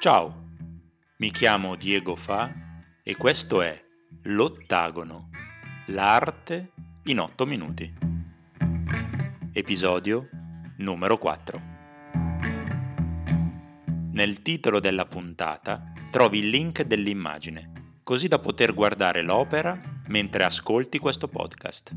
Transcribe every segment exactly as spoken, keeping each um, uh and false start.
Ciao, mi chiamo Diego Fa e questo è L'Ottagono, l'arte in otto minuti. Episodio numero quattro. Nel titolo della puntata trovi il link dell'immagine, così da poter guardare l'opera mentre ascolti questo podcast.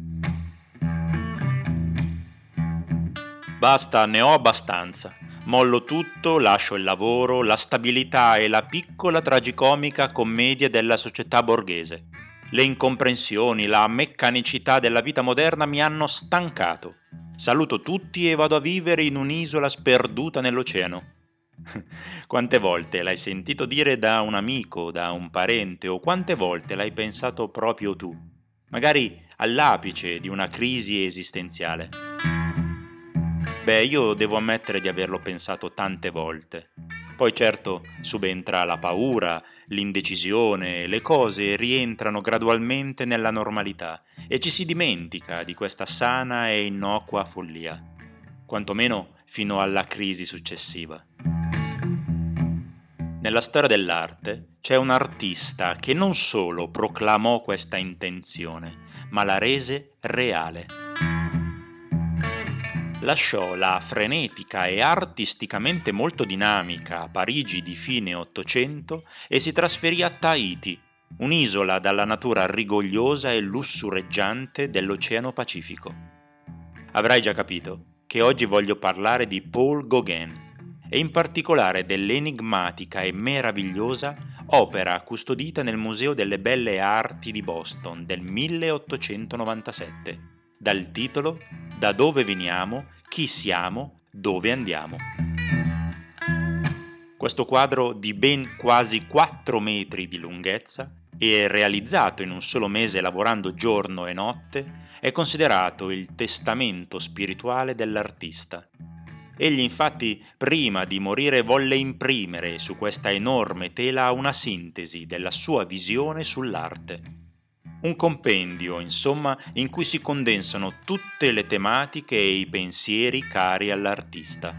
Basta, ne ho abbastanza. Mollo tutto, lascio il lavoro, la stabilità e la piccola tragicomica commedia della società borghese. Le incomprensioni, la meccanicità della vita moderna mi hanno stancato. Saluto tutti e vado a vivere in un'isola sperduta nell'oceano. Quante volte l'hai sentito dire da un amico, da un parente, o quante volte l'hai pensato proprio tu? Magari all'apice di una crisi esistenziale. Beh, io devo ammettere di averlo pensato tante volte. Poi certo subentra la paura, l'indecisione, le cose rientrano gradualmente nella normalità e ci si dimentica di questa sana e innocua follia, quantomeno fino alla crisi successiva. Nella storia dell'arte c'è un artista che non solo proclamò questa intenzione, ma la rese reale. Lasciò la frenetica e artisticamente molto dinamica Parigi di fine Ottocento e si trasferì a Tahiti, un'isola dalla natura rigogliosa e lussureggiante dell'Oceano Pacifico. Avrai già capito che oggi voglio parlare di Paul Gauguin e in particolare dell'enigmatica e meravigliosa opera custodita nel Museo delle Belle Arti di Boston del milleottocentonovantasette, dal titolo Da dove veniamo, chi siamo, dove andiamo. Questo quadro di ben quasi quattro metri di lunghezza e realizzato in un solo mese lavorando giorno e notte, è considerato il testamento spirituale dell'artista. Egli infatti prima di morire volle imprimere su questa enorme tela una sintesi della sua visione sull'arte. Un compendio, insomma, in cui si condensano tutte le tematiche e i pensieri cari all'artista.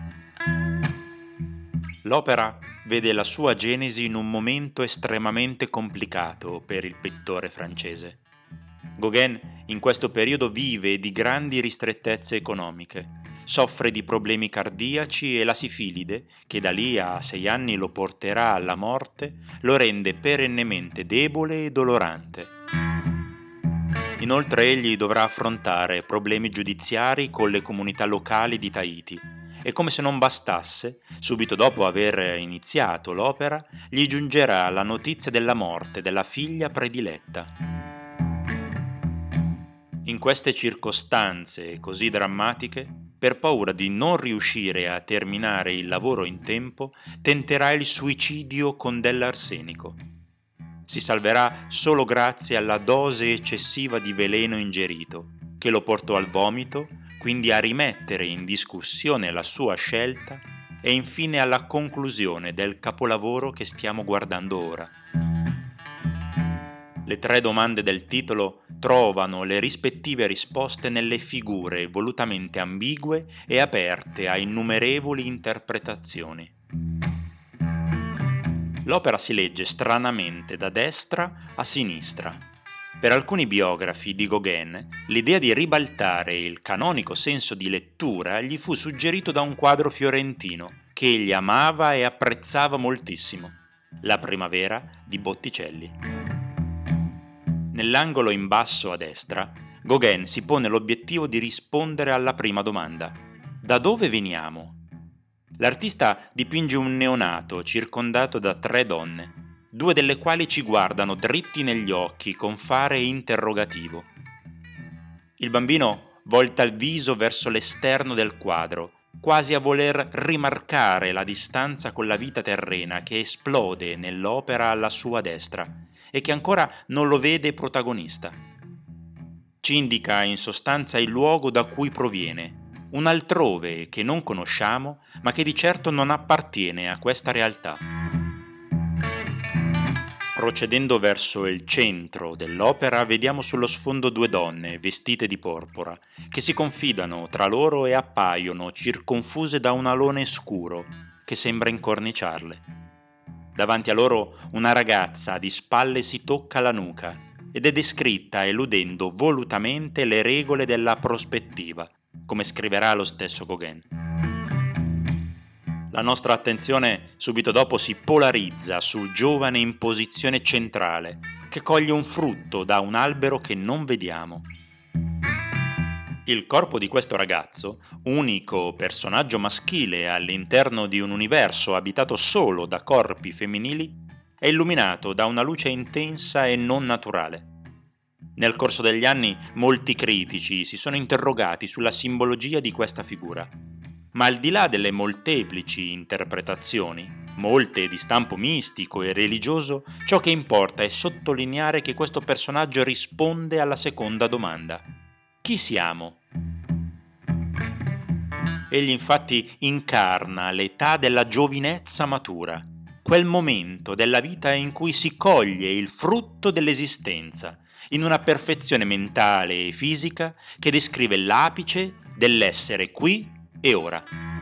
L'opera vede la sua genesi in un momento estremamente complicato per il pittore francese. Gauguin in questo periodo vive di grandi ristrettezze economiche, soffre di problemi cardiaci e la sifilide, che da lì a sei anni lo porterà alla morte, lo rende perennemente debole e dolorante. Inoltre egli dovrà affrontare problemi giudiziari con le comunità locali di Tahiti e come se non bastasse, subito dopo aver iniziato l'opera, gli giungerà la notizia della morte della figlia prediletta. In queste circostanze così drammatiche, per paura di non riuscire a terminare il lavoro in tempo, tenterà il suicidio con dell'arsenico. Si salverà solo grazie alla dose eccessiva di veleno ingerito, che lo portò al vomito, quindi a rimettere in discussione la sua scelta e infine alla conclusione del capolavoro che stiamo guardando ora. Le tre domande del titolo trovano le rispettive risposte nelle figure volutamente ambigue e aperte a innumerevoli interpretazioni. L'opera si legge stranamente da destra a sinistra. Per alcuni biografi di Gauguin, l'idea di ribaltare il canonico senso di lettura gli fu suggerito da un quadro fiorentino che egli amava e apprezzava moltissimo, La Primavera di Botticelli. Nell'angolo in basso a destra, Gauguin si pone l'obiettivo di rispondere alla prima domanda: da dove veniamo? L'artista dipinge un neonato circondato da tre donne, due delle quali ci guardano dritti negli occhi con fare interrogativo. Il bambino volta il viso verso l'esterno del quadro, quasi a voler rimarcare la distanza con la vita terrena che esplode nell'opera alla sua destra e che ancora non lo vede protagonista. Ci indica in sostanza il luogo da cui proviene, un altrove che non conosciamo, ma che di certo non appartiene a questa realtà. Procedendo verso il centro dell'opera, vediamo sullo sfondo due donne, vestite di porpora, che si confidano tra loro e appaiono circonfuse da un alone scuro, che sembra incorniciarle. Davanti a loro una ragazza di spalle si tocca la nuca ed è descritta eludendo volutamente le regole della prospettiva, come scriverà lo stesso Gauguin. La nostra attenzione subito dopo si polarizza sul giovane in posizione centrale, che coglie un frutto da un albero che non vediamo. Il corpo di questo ragazzo, unico personaggio maschile all'interno di un universo abitato solo da corpi femminili, è illuminato da una luce intensa e non naturale. Nel corso degli anni molti critici si sono interrogati sulla simbologia di questa figura, ma al di là delle molteplici interpretazioni, molte di stampo mistico e religioso, ciò che importa è sottolineare che questo personaggio risponde alla seconda domanda: chi siamo? Egli infatti incarna l'età della giovinezza matura, quel momento della vita in cui si coglie il frutto dell'esistenza, in una perfezione mentale e fisica che descrive l'apice dell'essere qui e ora.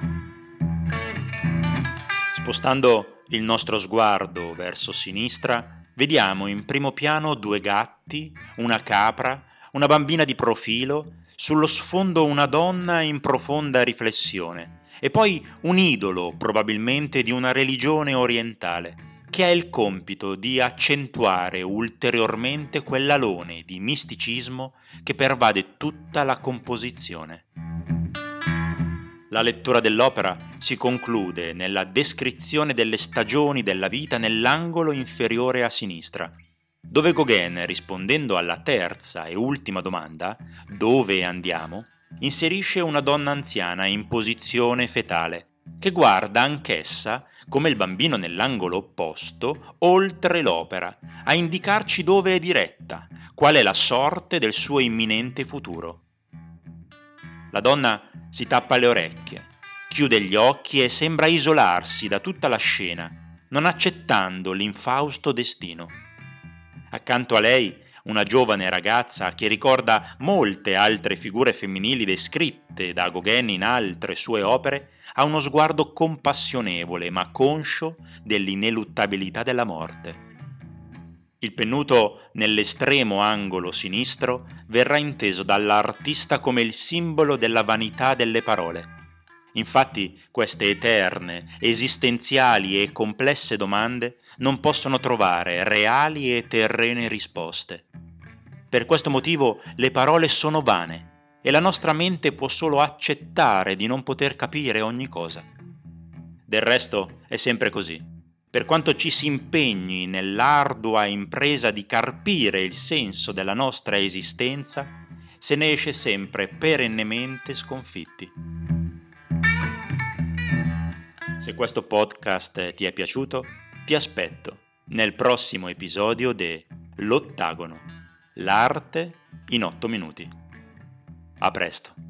Spostando il nostro sguardo verso sinistra, vediamo in primo piano due gatti, una capra, una bambina di profilo, sullo sfondo una donna in profonda riflessione e poi un idolo probabilmente di una religione orientale che ha il compito di accentuare ulteriormente quell'alone di misticismo che pervade tutta la composizione. La lettura dell'opera si conclude nella descrizione delle stagioni della vita nell'angolo inferiore a sinistra, dove Gauguin, rispondendo alla terza e ultima domanda, dove andiamo, inserisce una donna anziana in posizione fetale, che guarda anch'essa, come il bambino nell'angolo opposto, oltre l'opera, a indicarci dove è diretta, qual è la sorte del suo imminente futuro. La donna si tappa le orecchie, chiude gli occhi e sembra isolarsi da tutta la scena, non accettando l'infausto destino. Accanto a lei una giovane ragazza che ricorda molte altre figure femminili descritte da Gauguin in altre sue opere, ha uno sguardo compassionevole ma conscio dell'ineluttabilità della morte. Il pennuto nell'estremo angolo sinistro verrà inteso dall'artista come il simbolo della vanità delle parole. Infatti queste eterne, esistenziali e complesse domande non possono trovare reali e terrene risposte. Per questo motivo le parole sono vane e la nostra mente può solo accettare di non poter capire ogni cosa. Del resto è sempre così. Per quanto ci si impegni nell'ardua impresa di carpire il senso della nostra esistenza, se ne esce sempre perennemente sconfitti. Se questo podcast ti è piaciuto, ti aspetto nel prossimo episodio de L'Ottagono, l'arte in otto minuti. A presto.